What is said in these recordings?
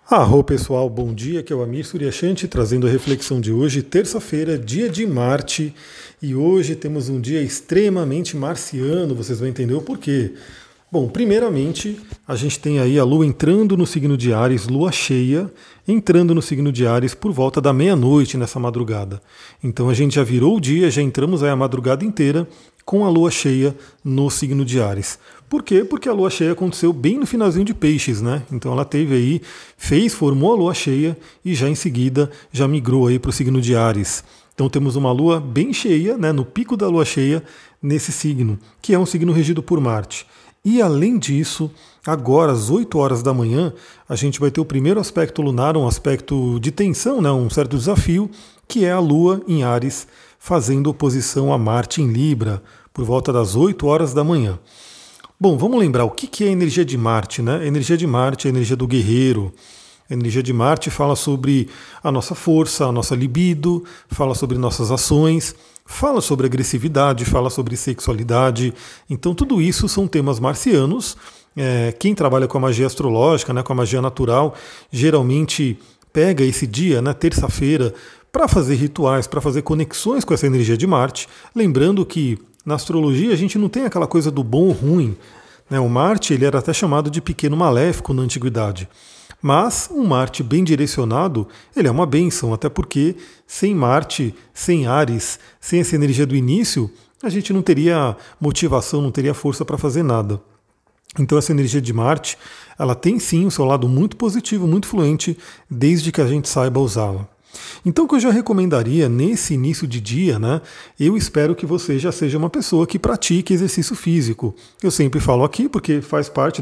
Arro pessoal, bom dia, aqui é o Amir Suryashanti trazendo a reflexão de hoje, terça-feira, dia de Marte, e hoje temos um dia extremamente marciano, vocês vão entender o porquê. Bom, primeiramente, a gente tem aí a Lua entrando no signo de Áries, Lua cheia, entrando no signo de Áries por volta da meia-noite nessa madrugada. Então a gente já virou o dia, já entramos aí a madrugada inteira com a Lua cheia no signo de Áries. Por quê? Porque a Lua cheia aconteceu bem no finalzinho de Peixes, né? Então ela teve aí, formou a Lua cheia e já em seguida já migrou aí para o signo de Áries. Então temos uma Lua bem cheia, né, no pico da Lua cheia nesse signo, que é um signo regido por Marte. E além disso, agora às 8 horas da manhã, a gente vai ter o primeiro aspecto lunar, um aspecto de tensão, né, um certo desafio, que é a Lua em Áries, fazendo oposição a Marte em Libra, por volta das 8 horas da manhã. Bom, vamos lembrar o que é a energia de Marte, né? A energia de Marte é a energia do guerreiro. A energia de Marte fala sobre a nossa força, a nossa libido, fala sobre nossas ações, fala sobre agressividade, fala sobre sexualidade. Então, tudo isso são temas marcianos. Quem trabalha com a magia astrológica, né, com a magia natural, geralmente pega esse dia, né, terça-feira, para fazer rituais, para fazer conexões com essa energia de Marte. Lembrando que na astrologia a gente não tem aquela coisa do bom ou ruim. Né? O Marte ele era até chamado de pequeno maléfico na antiguidade. Mas um Marte bem direcionado, ele é uma bênção, até porque sem Marte, sem Áries, sem essa energia do início, a gente não teria motivação, não teria força para fazer nada. Então essa energia de Marte, ela tem sim o seu lado muito positivo, muito fluente, desde que a gente saiba usá-la. Então o que eu já recomendaria nesse início de dia, né? Eu espero que você já seja uma pessoa que pratique exercício físico. Eu sempre falo aqui porque faz parte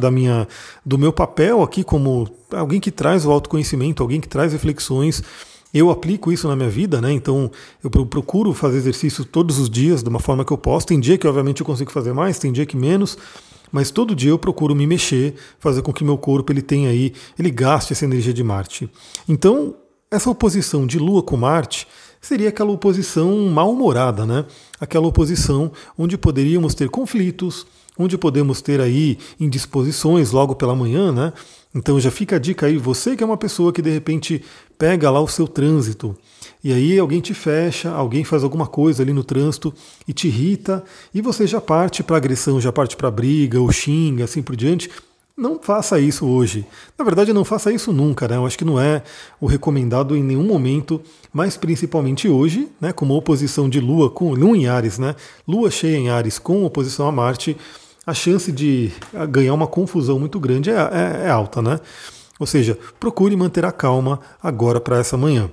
do meu papel aqui como alguém que traz o autoconhecimento, alguém que traz reflexões. Eu aplico isso na minha vida, né? Então eu procuro fazer exercício todos os dias, de uma forma que eu posso. Tem dia que obviamente eu consigo fazer mais, tem dia que menos. Mas todo dia eu procuro me mexer, fazer com que meu corpo ele gaste essa energia de Marte. Então, essa oposição de Lua com Marte seria aquela oposição mal-humorada, né? Aquela oposição onde poderíamos ter conflitos, onde podemos ter aí indisposições logo pela manhã, né? Então já fica a dica aí, você que é uma pessoa que de repente pega lá o seu trânsito, e aí alguém te fecha, alguém faz alguma coisa ali no trânsito e te irrita, e você já parte para agressão, já parte para briga, ou xinga, assim por diante. Não faça isso hoje. Na verdade, não faça isso nunca, né? Eu acho que não é o recomendado em nenhum momento, mas principalmente hoje, né? Como oposição de Lua com Lua em Áries, né? Lua cheia em Áries com oposição a Marte, a chance de ganhar uma confusão muito grande é alta, né? Ou seja, procure manter a calma agora para essa manhã.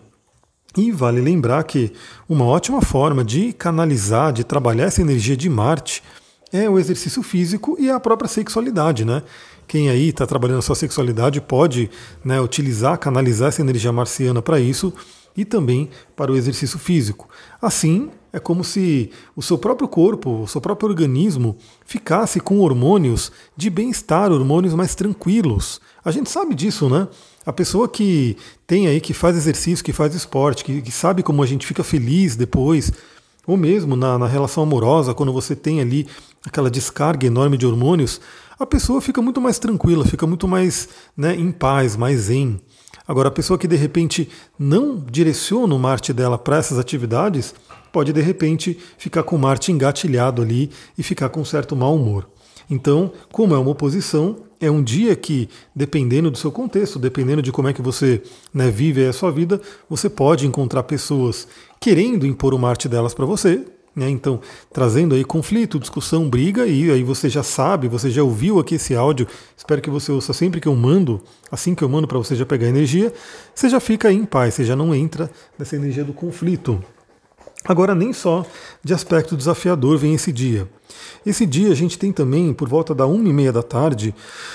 E vale lembrar que uma ótima forma de canalizar, de trabalhar essa energia de Marte é o exercício físico e a própria sexualidade, né? Quem aí está trabalhando a sua sexualidade pode, né, utilizar, canalizar essa energia marciana para isso e também para o exercício físico. Assim, é como se o seu próprio corpo, o seu próprio organismo ficasse com hormônios de bem-estar, hormônios mais tranquilos. A gente sabe disso, né? A pessoa que tem aí, que faz exercício, que faz esporte, que sabe como a gente fica feliz depois, ou mesmo na relação amorosa, quando você tem ali aquela descarga enorme de hormônios, a pessoa fica muito mais tranquila, fica muito mais, né, em paz, mais zen. Agora, a pessoa que de repente não direciona o Marte dela para essas atividades, pode de repente ficar com o Marte engatilhado ali e ficar com um certo mau humor. Então, como é uma oposição, é um dia que, dependendo do seu contexto, dependendo de como é que você, né, vive a sua vida, você pode encontrar pessoas querendo impor o Marte delas para você, né? Então, trazendo aí conflito, discussão, briga, e aí você já sabe, você já ouviu aqui esse áudio, espero que você ouça sempre que eu mando, assim que eu mando para você já pegar energia, você já fica aí em paz, você já não entra nessa energia do conflito. Agora, nem só de aspecto desafiador vem esse dia. Esse dia a gente tem também, por volta da 1h30 da tarde,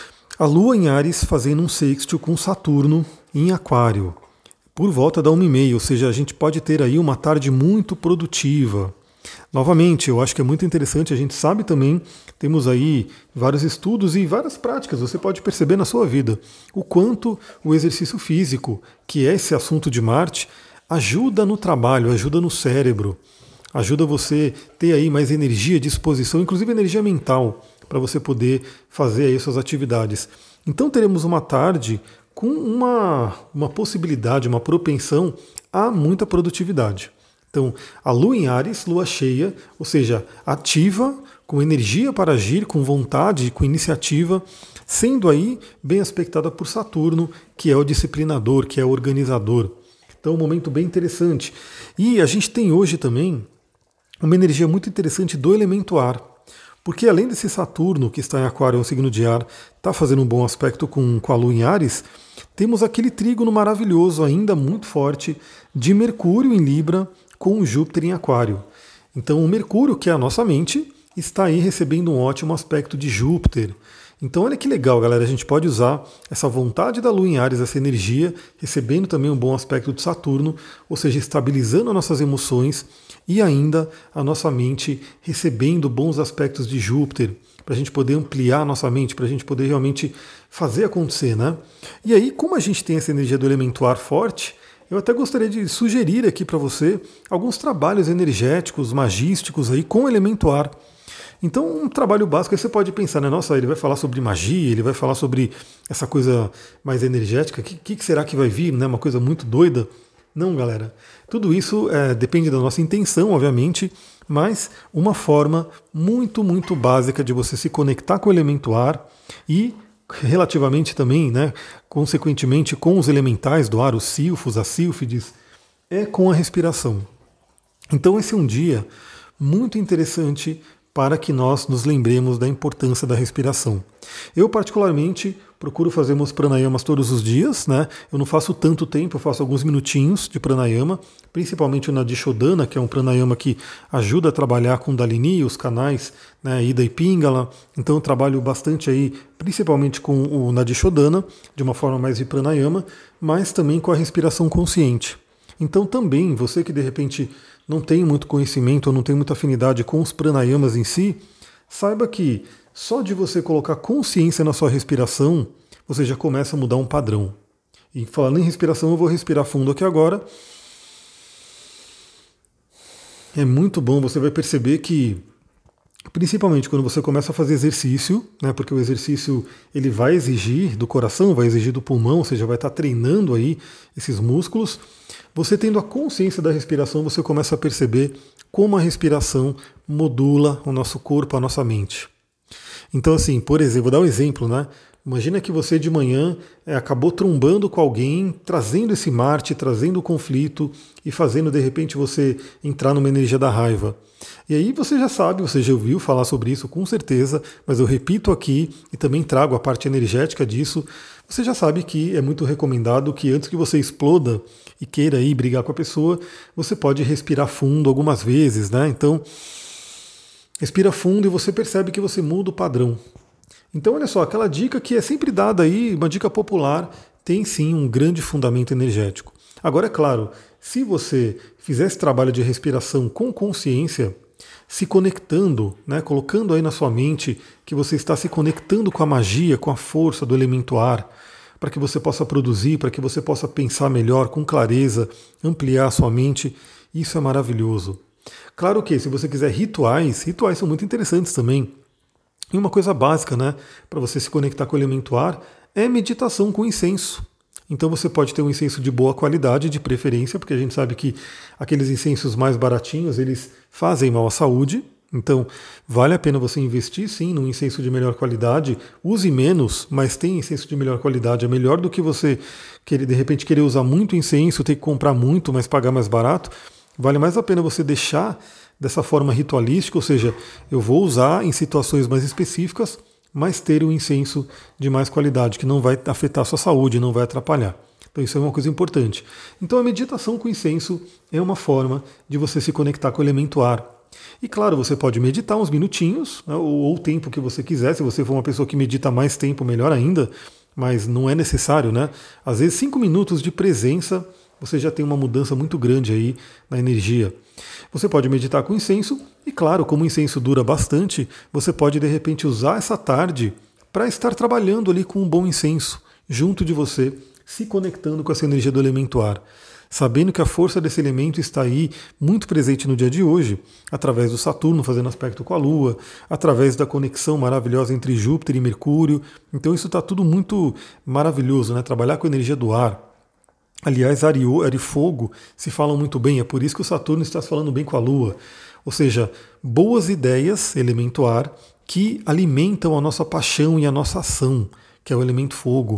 a Lua em Áries fazendo um sextil com Saturno em Aquário, por volta da 1h30, ou seja, a gente pode ter aí uma tarde muito produtiva. Novamente, eu acho que é muito interessante, a gente sabe também, temos aí vários estudos e várias práticas, você pode perceber na sua vida o quanto o exercício físico, que é esse assunto de Marte, ajuda no trabalho, ajuda no cérebro, ajuda você ter aí mais energia, disposição, inclusive energia mental, para você poder fazer aí suas atividades. Então teremos uma tarde com uma possibilidade, uma propensão a muita produtividade. Então, a Lua em Áries, Lua cheia, ou seja, ativa, com energia para agir, com vontade, com iniciativa, sendo aí bem aspectada por Saturno, que é o disciplinador, que é o organizador. Então, um momento bem interessante. E a gente tem hoje também uma energia muito interessante do elemento ar. Porque além desse Saturno, que está em Aquário, é um signo de ar, está fazendo um bom aspecto com a Lua em Áries, temos aquele trígono maravilhoso, ainda muito forte, de Mercúrio em Libra com Júpiter em Aquário. Então o Mercúrio, que é a nossa mente, está aí recebendo um ótimo aspecto de Júpiter. Então olha que legal, galera, a gente pode usar essa vontade da Lua em Áries, essa energia, recebendo também um bom aspecto de Saturno, ou seja, estabilizando as nossas emoções e ainda a nossa mente recebendo bons aspectos de Júpiter, para a gente poder ampliar a nossa mente, para a gente poder realmente fazer acontecer, né? E aí, como a gente tem essa energia do elemento ar forte, eu até gostaria de sugerir aqui para você alguns trabalhos energéticos, magísticos aí com o elemento ar. Então, um trabalho básico, aí você pode pensar, né? Nossa, ele vai falar sobre magia, ele vai falar sobre essa coisa mais energética, o que será que vai vir, né? Uma coisa muito doida. Não, galera. Tudo isso depende da nossa intenção, obviamente, mas uma forma muito, muito básica de você se conectar com o elemento ar e relativamente também, né, consequentemente com os elementais do ar, os silfos, as sílfides, é com a respiração. Então esse é um dia muito interessante para que nós nos lembremos da importância da respiração. Eu, particularmente, procuro fazer meus pranayamas todos os dias, né? Eu não faço tanto tempo, eu faço alguns minutinhos de pranayama, principalmente o Nadi Shodhana, que é um pranayama que ajuda a trabalhar com Kundalini, os canais, né, Ida e Pingala. Então eu trabalho bastante aí, principalmente com o Nadi Shodhana, de uma forma mais de pranayama, mas também com a respiração consciente. Então também, você que de repente não tem muito conhecimento ou não tem muita afinidade com os pranayamas em si, saiba que só de você colocar consciência na sua respiração, você já começa a mudar um padrão. E falando em respiração, eu vou respirar fundo aqui agora. É muito bom, você vai perceber que, principalmente quando você começa a fazer exercício, né, porque o exercício ele vai exigir do coração, vai exigir do pulmão, ou seja, vai estar treinando aí esses músculos. Você tendo a consciência da respiração, você começa a perceber como a respiração modula o nosso corpo, a nossa mente. Então, assim, por exemplo, vou dar um exemplo, né? Imagina que você de manhã acabou trombando com alguém, trazendo esse Marte, trazendo o conflito e fazendo, de repente, você entrar numa energia da raiva. E aí você já sabe, você já ouviu falar sobre isso com certeza, mas eu repito aqui e também trago a parte energética disso. Você já sabe que é muito recomendado que antes que você exploda e queira ir brigar com a pessoa, você pode respirar fundo algumas vezes, né? Então, respira fundo e você percebe que você muda o padrão. Então, olha só, aquela dica que é sempre dada aí, uma dica popular, tem sim um grande fundamento energético. Agora, é claro, se você fizer esse trabalho de respiração com consciência, se conectando, né, colocando aí na sua mente que você está se conectando com a magia, com a força do elemento ar, para que você possa produzir, para que você possa pensar melhor, com clareza, ampliar a sua mente, isso é maravilhoso. Claro que se você quiser rituais são muito interessantes também. E uma coisa básica, né, para você se conectar com o elemento ar, é meditação com incenso. Então você pode ter um incenso de boa qualidade, de preferência, porque a gente sabe que aqueles incensos mais baratinhos, eles fazem mal à saúde. Então vale a pena você investir sim num incenso de melhor qualidade. Use menos, mas tem incenso de melhor qualidade. É melhor do que você de repente querer usar muito incenso, ter que comprar muito, mas pagar mais barato. Vale mais a pena você deixar dessa forma ritualística, ou seja, eu vou usar em situações mais específicas, mas ter um incenso de mais qualidade, que não vai afetar a sua saúde, não vai atrapalhar. Então isso é uma coisa importante. Então a meditação com incenso é uma forma de você se conectar com o elemento ar. E claro, você pode meditar uns minutinhos, né, ou o tempo que você quiser. Se você for uma pessoa que medita mais tempo, melhor ainda, mas não é necessário, né? Às vezes 5 minutos de presença, você já tem uma mudança muito grande aí na energia. Você pode meditar com incenso e, claro, como o incenso dura bastante, você pode de repente usar essa tarde para estar trabalhando ali com um bom incenso junto de você, se conectando com essa energia do elemento ar. sabendo que a força desse elemento está aí muito presente no dia de hoje, através do Saturno fazendo aspecto com a Lua, através da conexão maravilhosa entre Júpiter e Mercúrio. Então isso está tudo muito maravilhoso, né? Trabalhar com a energia do ar. Aliás, ar e fogo se falam muito bem, é por isso que o Saturno está se falando bem com a Lua. Ou seja, boas ideias, elemento ar, que alimentam a nossa paixão e a nossa ação, que é o elemento fogo.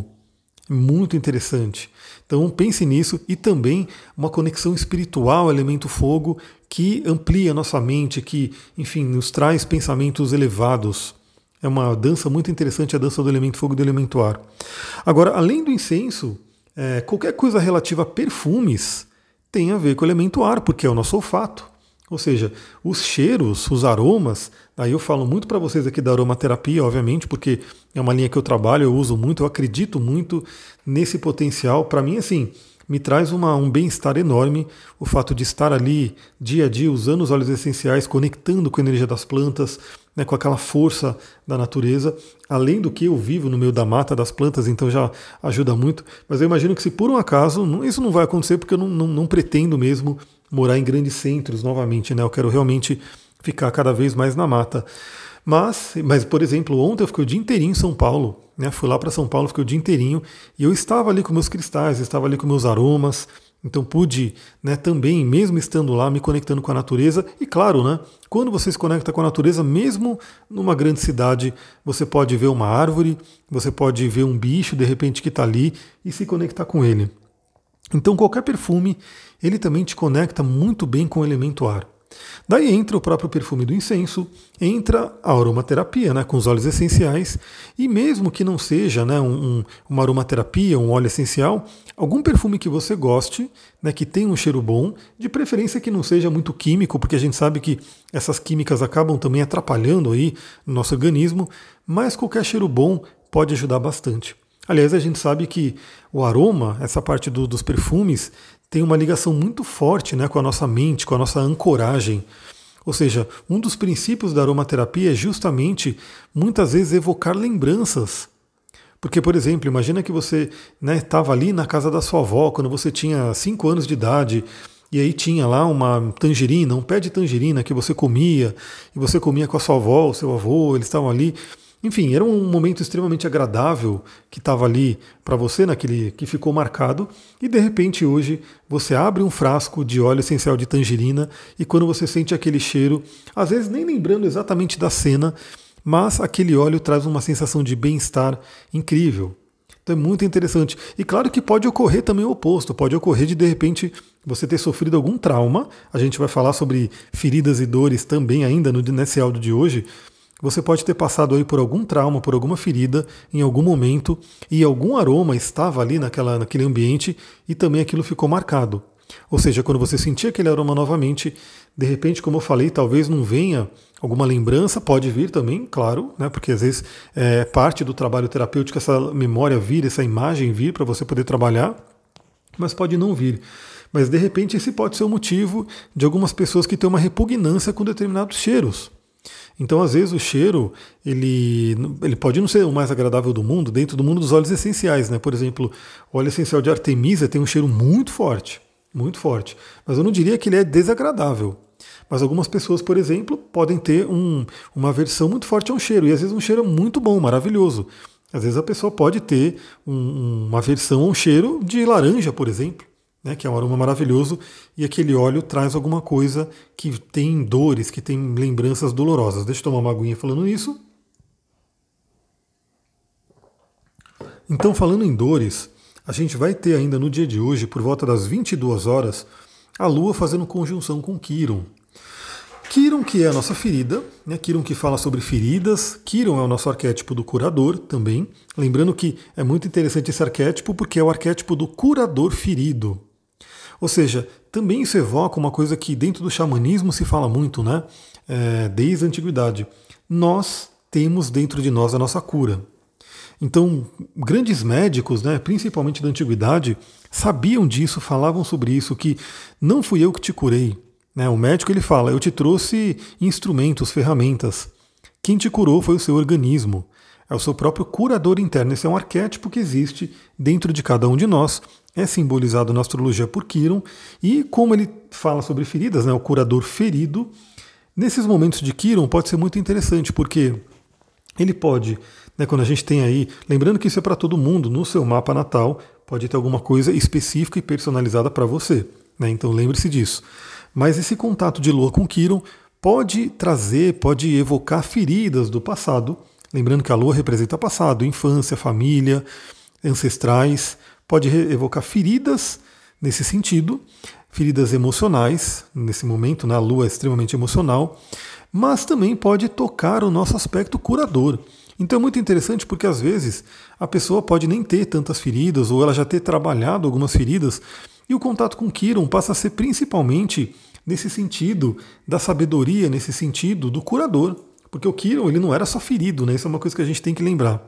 Muito interessante. Então pense nisso e também uma conexão espiritual, elemento fogo, que amplia a nossa mente, que, enfim, nos traz pensamentos elevados. É uma dança muito interessante, a dança do elemento fogo e do elemento ar. Agora, além do incenso, qualquer coisa relativa a perfumes tem a ver com o elemento ar, porque é o nosso olfato. Ou seja, os cheiros, os aromas, aí eu falo muito para vocês aqui da aromaterapia, obviamente, porque é uma linha que eu trabalho, eu uso muito, eu acredito muito nesse potencial. Para mim, assim, me traz um bem-estar enorme o fato de estar ali dia a dia usando os óleos essenciais, conectando com a energia das plantas, né, com aquela força da natureza, além do que eu vivo no meio da mata das plantas, então já ajuda muito. Mas eu imagino que se por um acaso, isso não vai acontecer porque eu não pretendo mesmo morar em grandes centros novamente, né? Eu quero realmente ficar cada vez mais na mata. Mas, por exemplo, ontem eu fiquei o dia inteirinho em São Paulo, né? Fui lá para São Paulo, fiquei o dia inteirinho e eu estava ali com meus cristais, estava ali com meus aromas, então pude, né, também, mesmo estando lá, me conectando com a natureza. E claro, né, quando você se conecta com a natureza, mesmo numa grande cidade, você pode ver uma árvore, você pode ver um bicho de repente que está ali e se conectar com ele. Então qualquer perfume, ele também te conecta muito bem com o elemento ar. Daí entra o próprio perfume do incenso, entra a aromaterapia, né, com os óleos essenciais, e mesmo que não seja, né, uma aromaterapia, um óleo essencial, algum perfume que você goste, né, que tenha um cheiro bom, de preferência que não seja muito químico, porque a gente sabe que essas químicas acabam também atrapalhando aí no nosso organismo, mas qualquer cheiro bom pode ajudar bastante. Aliás, a gente sabe que o aroma, essa parte dos perfumes, tem uma ligação muito forte, né, com a nossa mente, com a nossa ancoragem. Ou seja, um dos princípios da aromaterapia é justamente, muitas vezes, evocar lembranças. Porque, por exemplo, imagina que você estava ali na casa da sua avó, quando você tinha 5 anos de idade, e aí tinha lá uma tangerina, um pé de tangerina que você comia, e você comia com a sua avó, o seu avô, eles estavam ali. Enfim, era um momento extremamente agradável que estava ali para você, naquele que ficou marcado, e de repente hoje você abre um frasco de óleo essencial de tangerina e quando você sente aquele cheiro, às vezes nem lembrando exatamente da cena, mas aquele óleo traz uma sensação de bem-estar incrível. Então é muito interessante. E claro que pode ocorrer também o oposto, pode ocorrer de repente você ter sofrido algum trauma, a gente vai falar sobre feridas e dores também ainda nesse áudio de hoje. Você pode ter passado aí por algum trauma, por alguma ferida, em algum momento, e algum aroma estava ali naquele ambiente e também aquilo ficou marcado. Ou seja, quando você sentir aquele aroma novamente, de repente, como eu falei, talvez não venha alguma lembrança, pode vir também, claro, né, porque às vezes é parte do trabalho terapêutico essa memória vir, essa imagem vir para você poder trabalhar, mas pode não vir. Mas de repente esse pode ser o motivo de algumas pessoas que têm uma repugnância com determinados cheiros. Então, às vezes, o cheiro, ele pode não ser o mais agradável do mundo, dentro do mundo dos óleos essenciais, né? Por exemplo, o óleo essencial de Artemisia tem um cheiro muito forte, muito forte. Mas eu não diria que ele é desagradável. Mas algumas pessoas, por exemplo, podem ter uma aversão muito forte a um cheiro, e às vezes um cheiro muito bom, maravilhoso. Às vezes a pessoa pode ter uma aversão a um cheiro de laranja, por exemplo, né, que é um aroma maravilhoso, e aquele óleo traz alguma coisa que tem dores, que tem lembranças dolorosas. Deixa eu tomar uma aguinha falando isso. Então, falando em dores, a gente vai ter ainda no dia de hoje, por volta das 22 horas, a Lua fazendo conjunção com Quiron. Quiron, que é a nossa ferida, né? Quiron que fala sobre feridas, Quiron é o nosso arquétipo do curador também. Lembrando que é muito interessante esse arquétipo porque é o arquétipo do curador ferido. Ou seja, também isso evoca uma coisa que dentro do xamanismo se fala muito, né? Desde a antiguidade. Nós temos dentro de nós a nossa cura. Então, grandes médicos, né, principalmente da antiguidade, sabiam disso, falavam sobre isso, que não fui eu que te curei. Né? O médico ele fala, eu te trouxe instrumentos, ferramentas. Quem te curou foi o seu organismo. é o seu próprio curador interno. Esse é um arquétipo que existe dentro de cada um de nós, é simbolizado na astrologia por Quiron, e como ele fala sobre feridas, né, o curador ferido, nesses momentos de Quiron pode ser muito interessante, porque ele pode, né, quando a gente tem aí, lembrando que isso é para todo mundo, no seu mapa natal, pode ter alguma coisa específica e personalizada para você, né, então lembre-se disso. Mas esse contato de Lua com Quiron pode trazer, pode evocar feridas do passado, lembrando que a Lua representa passado, infância, família, ancestrais, pode evocar feridas nesse sentido, feridas emocionais, nesse momento, né, a Lua é extremamente emocional, mas também pode tocar o nosso aspecto curador. Então é muito interessante porque às vezes a pessoa pode nem ter tantas feridas, ou ela já ter trabalhado algumas feridas, e o contato com Quiron passa a ser principalmente nesse sentido da sabedoria, nesse sentido do curador. Porque o Quiron, ele não era só ferido, né? Isso é uma coisa que a gente tem que lembrar.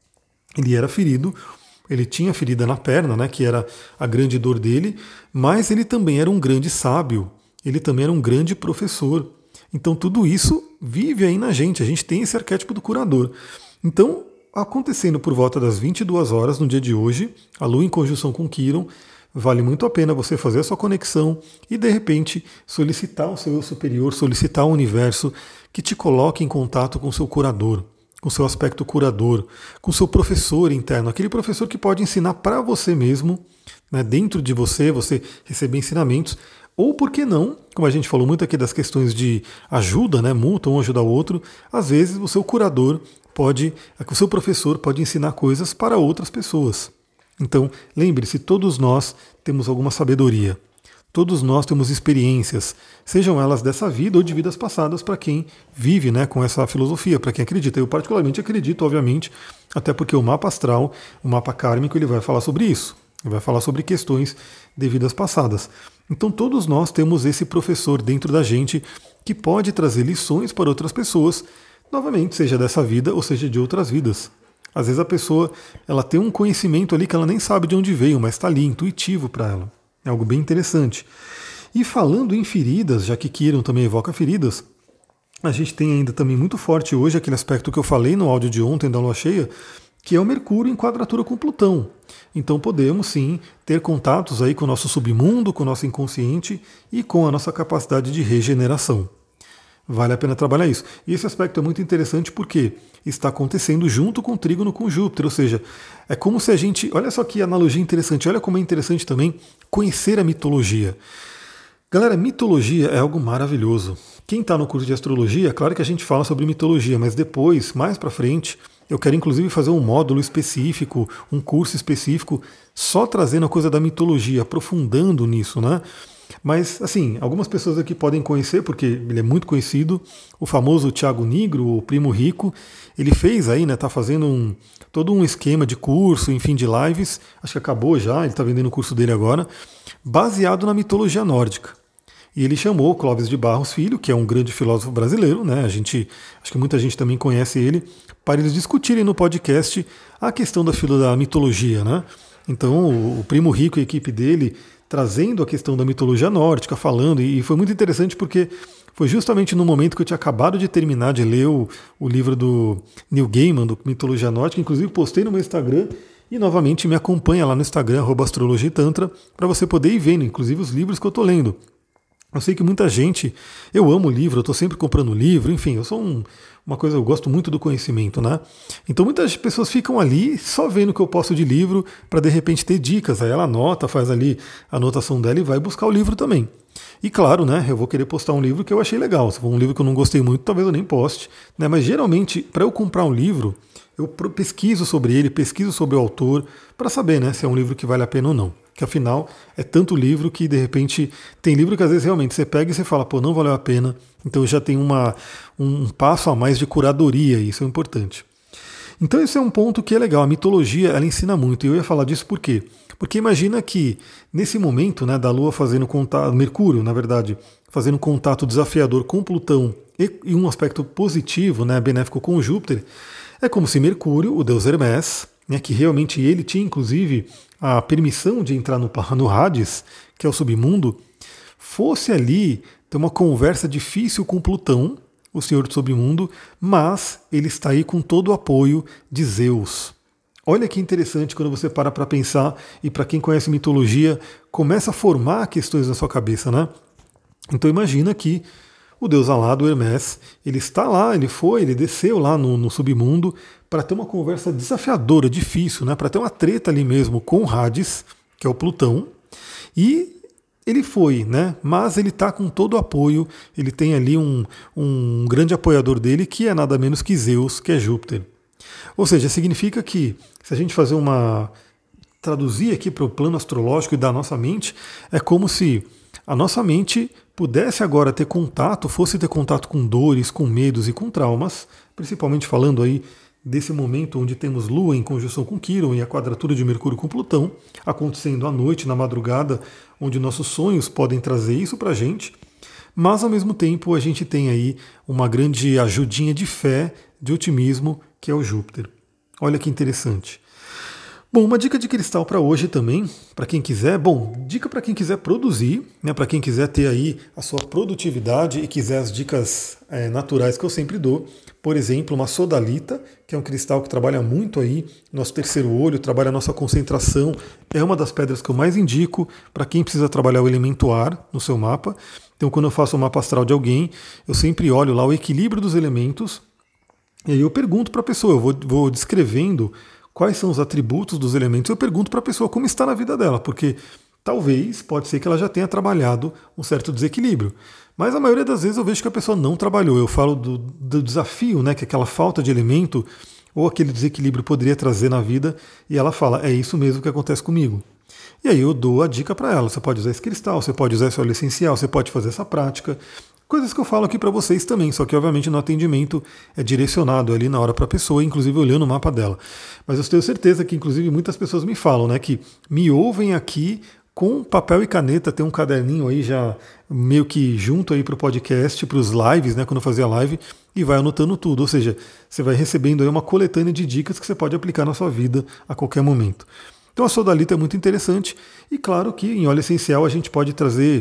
Ele era ferido, ele tinha ferida na perna, né, que era a grande dor dele, mas ele também era um grande sábio, ele também era um grande professor. Então tudo isso vive aí na gente, a gente tem esse arquétipo do curador. Então, acontecendo por volta das 22 horas no dia de hoje, a Lua em conjunção com Quiron, vale muito a pena você fazer a sua conexão e, de repente, solicitar o seu eu superior, solicitar o universo que te coloque em contato com o seu curador, com o seu aspecto curador, com o seu professor interno, aquele professor que pode ensinar para você mesmo, né, dentro de você, você receber ensinamentos, ou por que não, como a gente falou muito aqui das questões de ajuda, né, mútua, um ajuda o outro, às vezes o seu curador pode, o seu professor pode ensinar coisas para outras pessoas. Então, lembre-se, todos nós temos alguma sabedoria. Todos nós temos experiências, sejam elas dessa vida ou de vidas passadas, para quem vive, né, com essa filosofia, para quem acredita. Eu particularmente acredito, obviamente, até porque o mapa astral, o mapa kármico, ele vai falar sobre isso. Ele vai falar sobre questões de vidas passadas. Então todos nós temos esse professor dentro da gente que pode trazer lições para outras pessoas, novamente, seja dessa vida ou seja de outras vidas. Às vezes a pessoa ela tem um conhecimento ali que ela nem sabe de onde veio, mas está ali, intuitivo para ela. É algo bem interessante. E falando em feridas, já que Quiron também evoca feridas, a gente tem ainda também muito forte hoje aquele aspecto que eu falei no áudio de ontem da Lua Cheia, que é o Mercúrio em quadratura com Plutão. Então podemos sim ter contatos aí com o nosso submundo, com o nosso inconsciente e com a nossa capacidade de regeneração. Vale a pena trabalhar isso. E esse aspecto é muito interessante porque está acontecendo junto com o trígono com Júpiter, ou seja, é como se a gente, olha só que analogia interessante, olha como é interessante também conhecer a mitologia. Galera, mitologia é algo maravilhoso. Quem está no curso de astrologia, claro que a gente fala sobre mitologia, mas depois, mais para frente, eu quero inclusive fazer um módulo específico, um curso específico, só trazendo a coisa da mitologia, aprofundando nisso, né? Mas, assim, algumas pessoas aqui podem conhecer, porque ele é muito conhecido, o famoso Thiago Nigro, o Primo Rico, ele fez aí, né, tá fazendo todo um esquema de curso, enfim, de lives, acho que acabou já, ele está vendendo o curso dele agora, baseado na mitologia nórdica. E ele chamou Clóvis de Barros Filho, que é um grande filósofo brasileiro, né? Acho que muita gente também conhece ele, para eles discutirem no podcast a questão da mitologia, né? Então, o Primo Rico e a equipe dele trazendo a questão da mitologia nórdica, falando, e foi muito interessante porque foi justamente no momento que eu tinha acabado de terminar de ler o livro do Neil Gaiman, do Mitologia Nórdica, inclusive postei no meu Instagram, e novamente me acompanha lá no Instagram, @astrologiatantra, para você poder ir vendo, inclusive os livros que eu estou lendo. Eu sei que muita gente, eu amo livro, eu estou sempre comprando livro, enfim, eu sou uma coisa, eu gosto muito do conhecimento, né? Então muitas pessoas ficam ali só vendo o que eu posto de livro para de repente ter dicas, aí ela anota, faz ali a anotação dela e vai buscar o livro também. E claro, né, eu vou querer postar um livro que eu achei legal, se for um livro que eu não gostei muito, talvez eu nem poste, né? Mas geralmente, para eu comprar um livro, eu pesquiso sobre ele, pesquiso sobre o autor, para saber, né, se é um livro que vale a pena ou não. Que afinal é tanto livro que de repente tem livro que às vezes realmente você pega e você fala, pô, não valeu a pena. Então já tem um passo a mais de curadoria, e isso é importante. Então esse é um ponto que é legal. A mitologia ela ensina muito. E eu ia falar disso por quê? Porque imagina que nesse momento, né, da Lua fazendo contato, Mercúrio, na verdade, fazendo contato desafiador com Plutão e um aspecto positivo, né, benéfico com Júpiter, é como se Mercúrio, o deus Hermés, né, que realmente ele tinha inclusive a permissão de entrar no Hades, que é o submundo, fosse ali ter uma conversa difícil com Plutão, o senhor do submundo, mas ele está aí com todo o apoio de Zeus. Olha que interessante quando você para pensar, e para quem conhece mitologia, começa a formar questões na sua cabeça, né? Então imagina que o deus alado, Hermes, ele está lá, ele desceu lá no submundo para ter uma conversa desafiadora, difícil, né? Para ter uma treta ali mesmo com o Hades, que é o Plutão, e ele foi, né? Mas ele está com todo o apoio, ele tem ali um grande apoiador dele, que é nada menos que Zeus, que é Júpiter. Ou seja, significa que, se a gente traduzir aqui para o plano astrológico e da nossa mente, é como se a nossa mente pudesse agora fosse ter contato com dores, com medos e com traumas, principalmente falando aí desse momento onde temos Lua em conjunção com Quirón e a quadratura de Mercúrio com Plutão, acontecendo à noite, na madrugada, onde nossos sonhos podem trazer isso para a gente, mas ao mesmo tempo a gente tem aí uma grande ajudinha de fé, de otimismo, que é o Júpiter. Olha que interessante. Bom, uma dica de cristal para hoje também, para quem quiser, dica para quem quiser produzir, né, para quem quiser ter aí a sua produtividade e quiser as dicas naturais que eu sempre dou. Por exemplo, uma sodalita, que é um cristal que trabalha muito aí nosso terceiro olho, trabalha a nossa concentração, é uma das pedras que eu mais indico para quem precisa trabalhar o elemento ar no seu mapa. Então, quando eu faço o mapa astral de alguém, eu sempre olho lá o equilíbrio dos elementos, e aí eu pergunto para a pessoa, eu vou descrevendo quais são os atributos dos elementos, eu pergunto para a pessoa como está na vida dela, porque pode ser que ela já tenha trabalhado um certo desequilíbrio. Mas a maioria das vezes eu vejo que a pessoa não trabalhou. Eu falo do desafio, né, que aquela falta de elemento ou aquele desequilíbrio poderia trazer na vida, e ela fala, é isso mesmo que acontece comigo. E aí eu dou a dica para ela, você pode usar esse cristal, você pode usar esse óleo essencial, você pode fazer essa prática. Coisas que eu falo aqui para vocês também, só que obviamente no atendimento é direcionado ali na hora para a pessoa, inclusive olhando o mapa dela. Mas eu tenho certeza que inclusive muitas pessoas me falam, né, que me ouvem aqui com papel e caneta, tem um caderninho aí já meio que junto aí para o podcast, para os lives, né, quando eu fazia live, e vai anotando tudo. Ou seja, você vai recebendo aí uma coletânea de dicas que você pode aplicar na sua vida a qualquer momento. Então a sodalita é muito interessante, e claro que em óleo essencial a gente pode trazer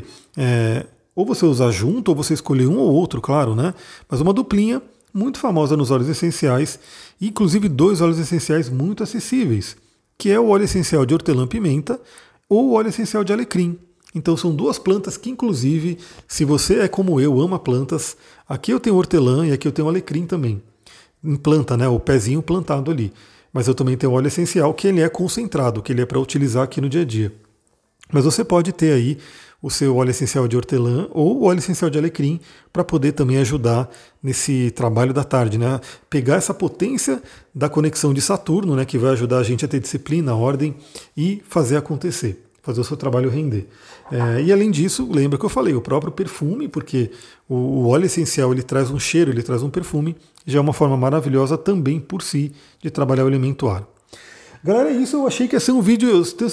ou você usar junto, ou você escolher um ou outro, claro, né? Mas uma duplinha muito famosa nos óleos essenciais, e inclusive 2 óleos essenciais muito acessíveis, que é o óleo essencial de hortelã-pimenta ou o óleo essencial de alecrim. Então são 2 plantas que, inclusive, se você é como eu, ama plantas, aqui eu tenho hortelã e aqui eu tenho alecrim também. Em planta, né? O pezinho plantado ali. Mas eu também tenho o óleo essencial, que ele é concentrado, que ele é para utilizar aqui no dia a dia. Mas você pode ter aí o seu óleo essencial de hortelã ou o óleo essencial de alecrim para poder também ajudar nesse trabalho da tarde, né? Pegar essa potência da conexão de Saturno, né, que vai ajudar a gente a ter disciplina, ordem e fazer acontecer, fazer o seu trabalho render. E além disso, lembra que eu falei, o próprio perfume, porque o óleo essencial ele traz um cheiro, ele traz um perfume, já é uma forma maravilhosa também por si de trabalhar o elemento ar. Galera, é isso. Eu achei que ia ser um vídeo,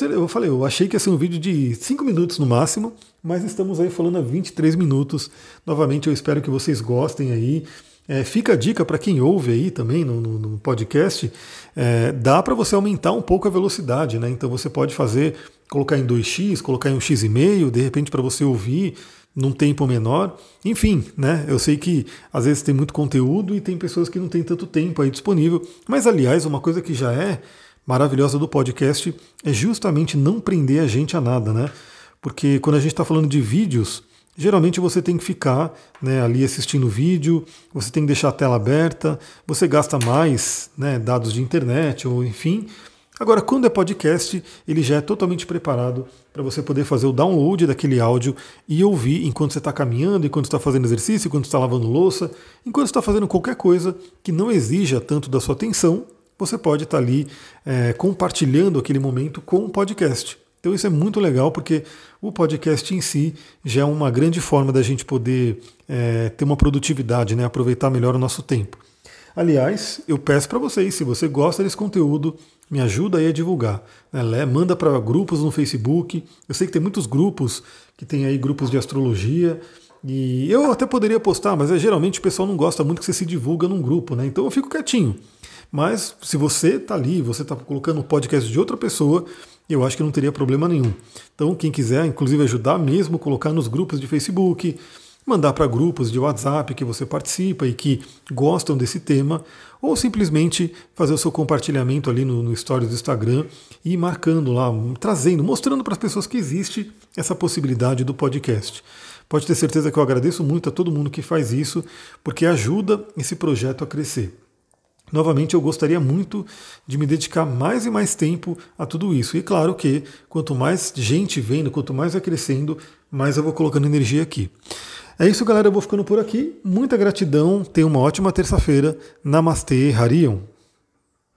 eu achei que ia ser um vídeo de 5 minutos no máximo, mas estamos aí falando há 23 minutos. Novamente, eu espero que vocês gostem aí. Fica a dica para quem ouve aí também no podcast, dá para você aumentar um pouco a velocidade, né? Então você pode colocar em 2x, colocar em 1,5x, de repente para você ouvir num tempo menor. Enfim, né? Eu sei que às vezes tem muito conteúdo e tem pessoas que não têm tanto tempo aí disponível, mas aliás, uma coisa que já é maravilhosa do podcast é justamente não prender a gente a nada, né? Porque quando a gente está falando de vídeos, geralmente você tem que ficar, né, ali assistindo o vídeo, você tem que deixar a tela aberta, você gasta mais, né, dados de internet, ou enfim. Agora, quando é podcast, ele já é totalmente preparado para você poder fazer o download daquele áudio e ouvir enquanto você está caminhando, enquanto você está fazendo exercício, enquanto você está lavando louça, enquanto você está fazendo qualquer coisa que não exija tanto da sua atenção. Você pode estar ali compartilhando aquele momento com o podcast. Então isso é muito legal, porque o podcast em si já é uma grande forma da gente poder ter uma produtividade, né? Aproveitar melhor o nosso tempo. Aliás, eu peço para vocês, se você gosta desse conteúdo, me ajuda aí a divulgar, né? Manda para grupos no Facebook. Eu sei que tem muitos grupos que tem aí grupos de astrologia, e eu até poderia postar, mas geralmente o pessoal não gosta muito que você se divulga num grupo, né? Então eu fico quietinho. Mas se você está ali, você está colocando um podcast de outra pessoa, eu acho que não teria problema nenhum. Então quem quiser, inclusive, ajudar mesmo, colocar nos grupos de Facebook, mandar para grupos de WhatsApp que você participa e que gostam desse tema, ou simplesmente fazer o seu compartilhamento ali no stories do Instagram e ir marcando lá, trazendo, mostrando para as pessoas que existe essa possibilidade do podcast. Pode ter certeza que eu agradeço muito a todo mundo que faz isso, porque ajuda esse projeto a crescer. Novamente, eu gostaria muito de me dedicar mais e mais tempo a tudo isso. E claro que quanto mais gente vendo, quanto mais vai crescendo, mais eu vou colocando energia aqui. É isso, galera. Eu vou ficando por aqui. Muita gratidão. Tenha uma ótima terça-feira. Namastê, Harion.